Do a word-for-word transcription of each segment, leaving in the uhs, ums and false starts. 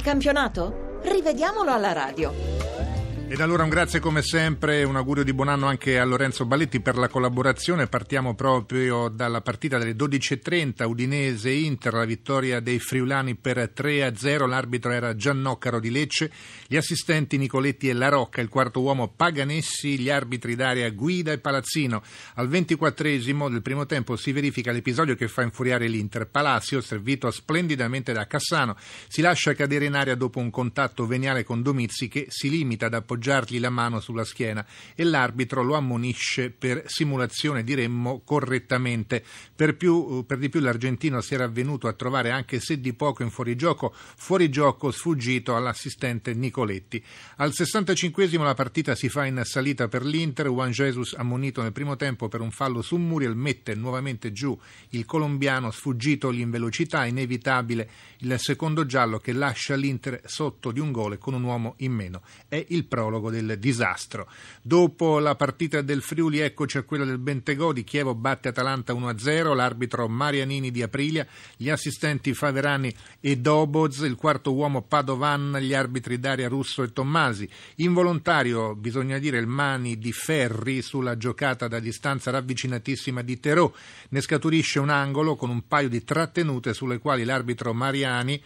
campionato? Rivediamolo alla radio. Ed allora un grazie come sempre, un augurio di buon anno anche a Lorenzo Balletti per la collaborazione. Partiamo proprio dalla partita delle dodici e trenta, Udinese-Inter, la vittoria dei friulani per tre a zero, l'arbitro era Giannoccaro di Lecce, gli assistenti Nicoletti e La Rocca, il quarto uomo Paganessi, gli arbitri d'area Guida e Palazzino. Al ventiquattresimo del primo tempo si verifica l'episodio che fa infuriare l'Inter. Palacio, servito splendidamente da Cassano, si lascia cadere in aria dopo un contatto veniale con Domizzi che si limita ad appoggiare appoggiargli la mano sulla schiena e l'arbitro lo ammonisce per simulazione, diremmo correttamente. Per, più, per di più l'argentino si era venuto a trovare, anche se di poco in fuorigioco, fuorigioco sfuggito all'assistente Nicoletti. Al sessantacinquesimo la partita si fa in salita per l'Inter, Juan Jesus ammonito nel primo tempo per un fallo su Muriel mette nuovamente giù il colombiano sfuggitogli in velocità, inevitabile il secondo giallo che lascia l'Inter sotto di un gol con un uomo in meno. È il prologo del disastro. Dopo la partita del Friuli, eccoci a quella del Bentegodi. Chievo batte Atalanta uno a zero, l'arbitro Marianini di Aprilia, gli assistenti Faverani e Doboz, il quarto uomo Padovan, gli arbitri Daria Russo e Tommasi. Involontario, bisogna dire, il Mani di Ferri sulla giocata da distanza ravvicinatissima di Terò. Ne scaturisce un angolo con un paio di trattenute sulle quali l'arbitro Mariani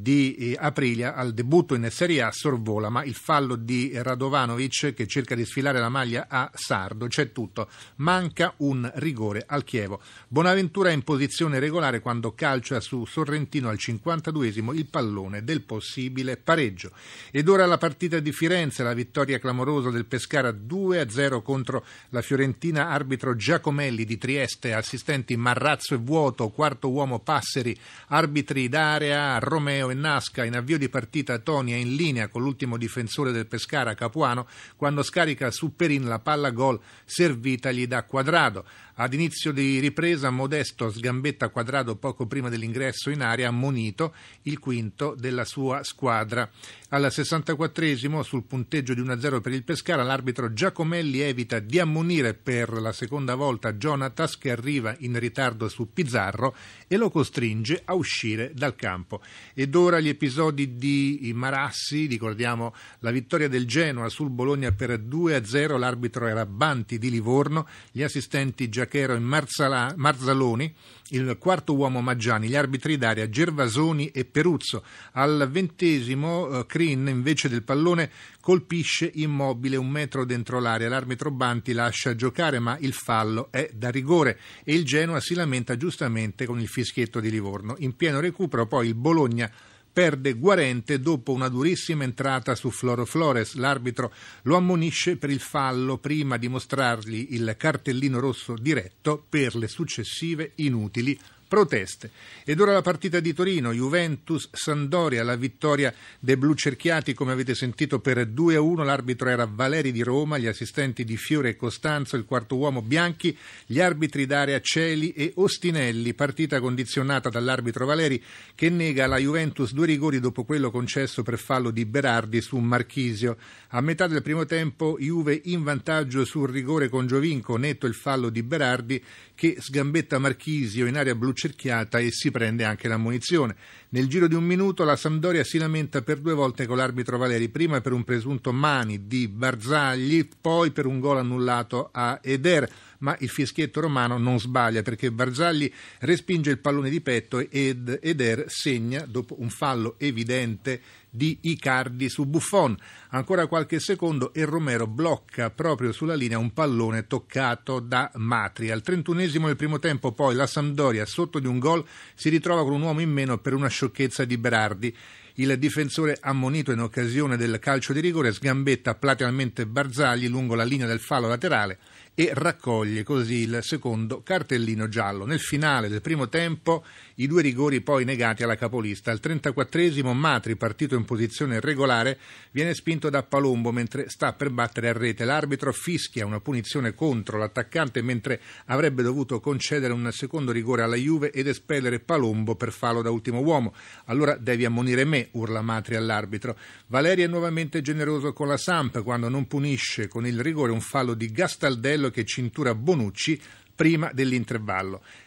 di Aprilia al debutto in Serie A sorvola, ma il fallo di Radovanovic che cerca di sfilare la maglia a Sardo, c'è tutto, manca un rigore al Chievo. Bonaventura è in posizione regolare quando calcia su Sorrentino al cinquantaduesimo il pallone del possibile pareggio. Ed ora la partita di Firenze, la vittoria clamorosa del Pescara due a zero contro la Fiorentina, arbitro Giacomelli di Trieste, assistenti Marrazzo e Vuoto, quarto uomo Passeri, arbitri d'area Romeo e Nasca. In avvio di partita Toni è in linea con l'ultimo difensore del Pescara, Capuano, quando scarica su Perin la palla gol servitagli da Quadrado. Ad inizio di ripresa Modesto sgambetta Quadrado poco prima dell'ingresso in area, ammonito, il quinto della sua squadra. Al sessantaquattresimo, sul punteggio di uno a zero per il Pescara, l'arbitro Giacomelli evita di ammonire per la seconda volta Jonatas, che arriva in ritardo su Pizzarro e lo costringe a uscire dal campo. Ed ora gli episodi di Marassi, ricordiamo la vittoria del Genoa sul Bologna per due a zero, l'arbitro era Banti di Livorno, gli assistenti Giachero e Marzala, Marzaloni, il quarto uomo Maggiani, gli arbitri d'area Gervasoni e Peruzzo. Al ventesimo eh, Crin invece del pallone colpisce Immobile un metro dentro l'area, l'arbitro Banti lascia giocare ma il fallo è da rigore e il Genoa si lamenta giustamente con il fischietto di Livorno. In pieno recupero poi il Bologna perde Guarente dopo una durissima entrata su Floro Flores. L'arbitro lo ammonisce per il fallo prima di mostrargli il cartellino rosso diretto per le successive inutili proteste. Ed ora la partita di Torino, Juventus-Sampdoria, la vittoria dei blucerchiati come avete sentito per due a uno, l'arbitro era Valeri di Roma, gli assistenti di Fiore e Costanzo, il quarto uomo Bianchi, gli arbitri d'area Celi e Ostinelli, partita condizionata dall'arbitro Valeri che nega alla Juventus due rigori dopo quello concesso per fallo di Berardi su Marchisio. A metà del primo tempo Juve in vantaggio sul rigore con Giovinco, netto il fallo di Berardi che sgambetta Marchisio in area blucerchiata e si prende anche l'ammonizione. Nel giro di un minuto la Sampdoria si lamenta per due volte con l'arbitro Valeri, prima per un presunto mani di Barzagli, poi per un gol annullato a Eder, ma il fischietto romano non sbaglia perché Barzagli respinge il pallone di petto ed Eder segna dopo un fallo evidente di Icardi su Buffon. Ancora qualche secondo e Romero blocca proprio sulla linea un pallone toccato da Matri. Al trentunesimo del primo tempo poi la Sampdoria, sotto di un gol, si ritrova con un uomo in meno per una sciocchezza di Berardi. Il difensore ammonito in occasione del calcio di rigore sgambetta platealmente Barzagli lungo la linea del fallo laterale e raccoglie così il secondo cartellino giallo. Nel finale del primo tempo i due rigori poi negati alla capolista. Al trentaquattresimo Matri, partito in posizione regolare, viene spinto da Palombo mentre sta per battere a rete. L'arbitro fischia una punizione contro l'attaccante mentre avrebbe dovuto concedere un secondo rigore alla Juve ed espellere Palombo per fallo da ultimo uomo. Allora devi ammonire me, urla Matri all'arbitro. Valeri è nuovamente generoso con la Samp quando non punisce con il rigore un fallo di Gastaldello che cintura Bonucci prima dell'intervallo.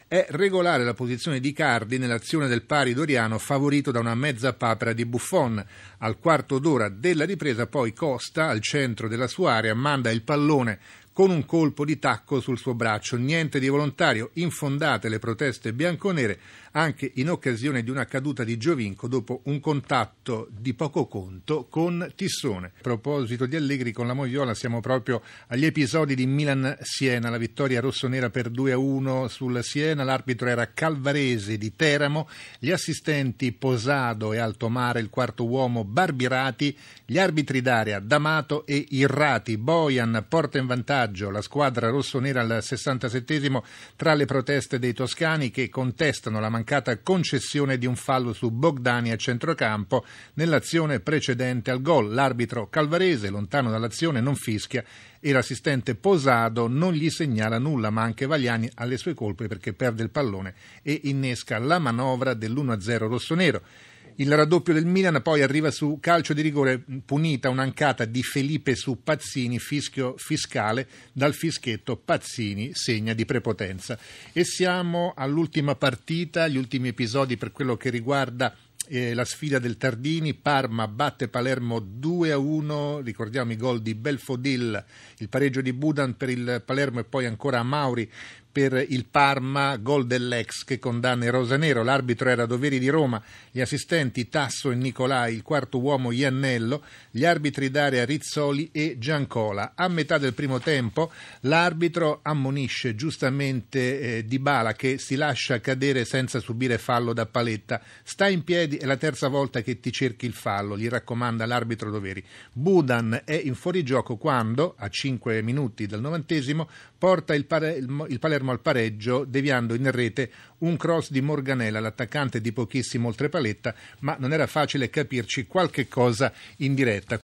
È regolare la posizione di Icardi nell'azione del pari doriano, favorito da una mezza papera di Buffon. Al quarto d'ora della ripresa poi Costa, al centro della sua area, manda il pallone con un colpo di tacco sul suo braccio. Niente di volontario, infondate le proteste bianconere anche in occasione di una caduta di Giovinco dopo un contatto di poco conto con Tissone. A proposito di Allegri, con la Moviola siamo proprio agli episodi di Milan-Siena, la vittoria rossonera per due a uno sul Siena, l'arbitro era Calvarese di Teramo, gli assistenti Posado e Altomare, il quarto uomo Barbirati, gli arbitri d'area D'Amato e Irrati. Bojan porta in vantaggio la squadra rossonera al sessantasettesimo tra le proteste dei toscani che contestano la mancata concessione di un fallo su Bogdani a centrocampo nell'azione precedente al gol. L'arbitro Calvarese, lontano dall'azione, non fischia e l'assistente Posado non gli segnala nulla, ma anche Vagliani ha le sue colpe perché perde il pallone e innesca la manovra dell'uno a zero rossonero. Il raddoppio del Milan poi arriva su calcio di rigore, punita un'ancata di Felipe su Pazzini, fischio fiscale, dal fischietto Pazzini segna di prepotenza. E siamo all'ultima partita, gli ultimi episodi per quello che riguarda eh, la sfida del Tardini. Parma batte Palermo due a uno, ricordiamo i gol di Belfodil, il pareggio di Budan per il Palermo e poi ancora a Mauri per il Parma, gol dell'ex che condanna il rosanero. L'arbitro era Doveri di Roma, gli assistenti Tasso e Nicolai, il quarto uomo Iannello, gli arbitri d'area Rizzoli e Giancola. A metà del primo tempo l'arbitro ammonisce giustamente eh, Dybala, che si lascia cadere senza subire fallo da Paletta. Sta in piedi, è la terza volta che ti cerchi il fallo, gli raccomanda l'arbitro Doveri. Budan è in fuorigioco quando, a cinque minuti dal novantesimo, porta il, pare- il Palermo al pareggio deviando in rete un cross di Morganella, l'attaccante di pochissimo oltre Paletta, ma non era facile capirci qualche cosa in diretta.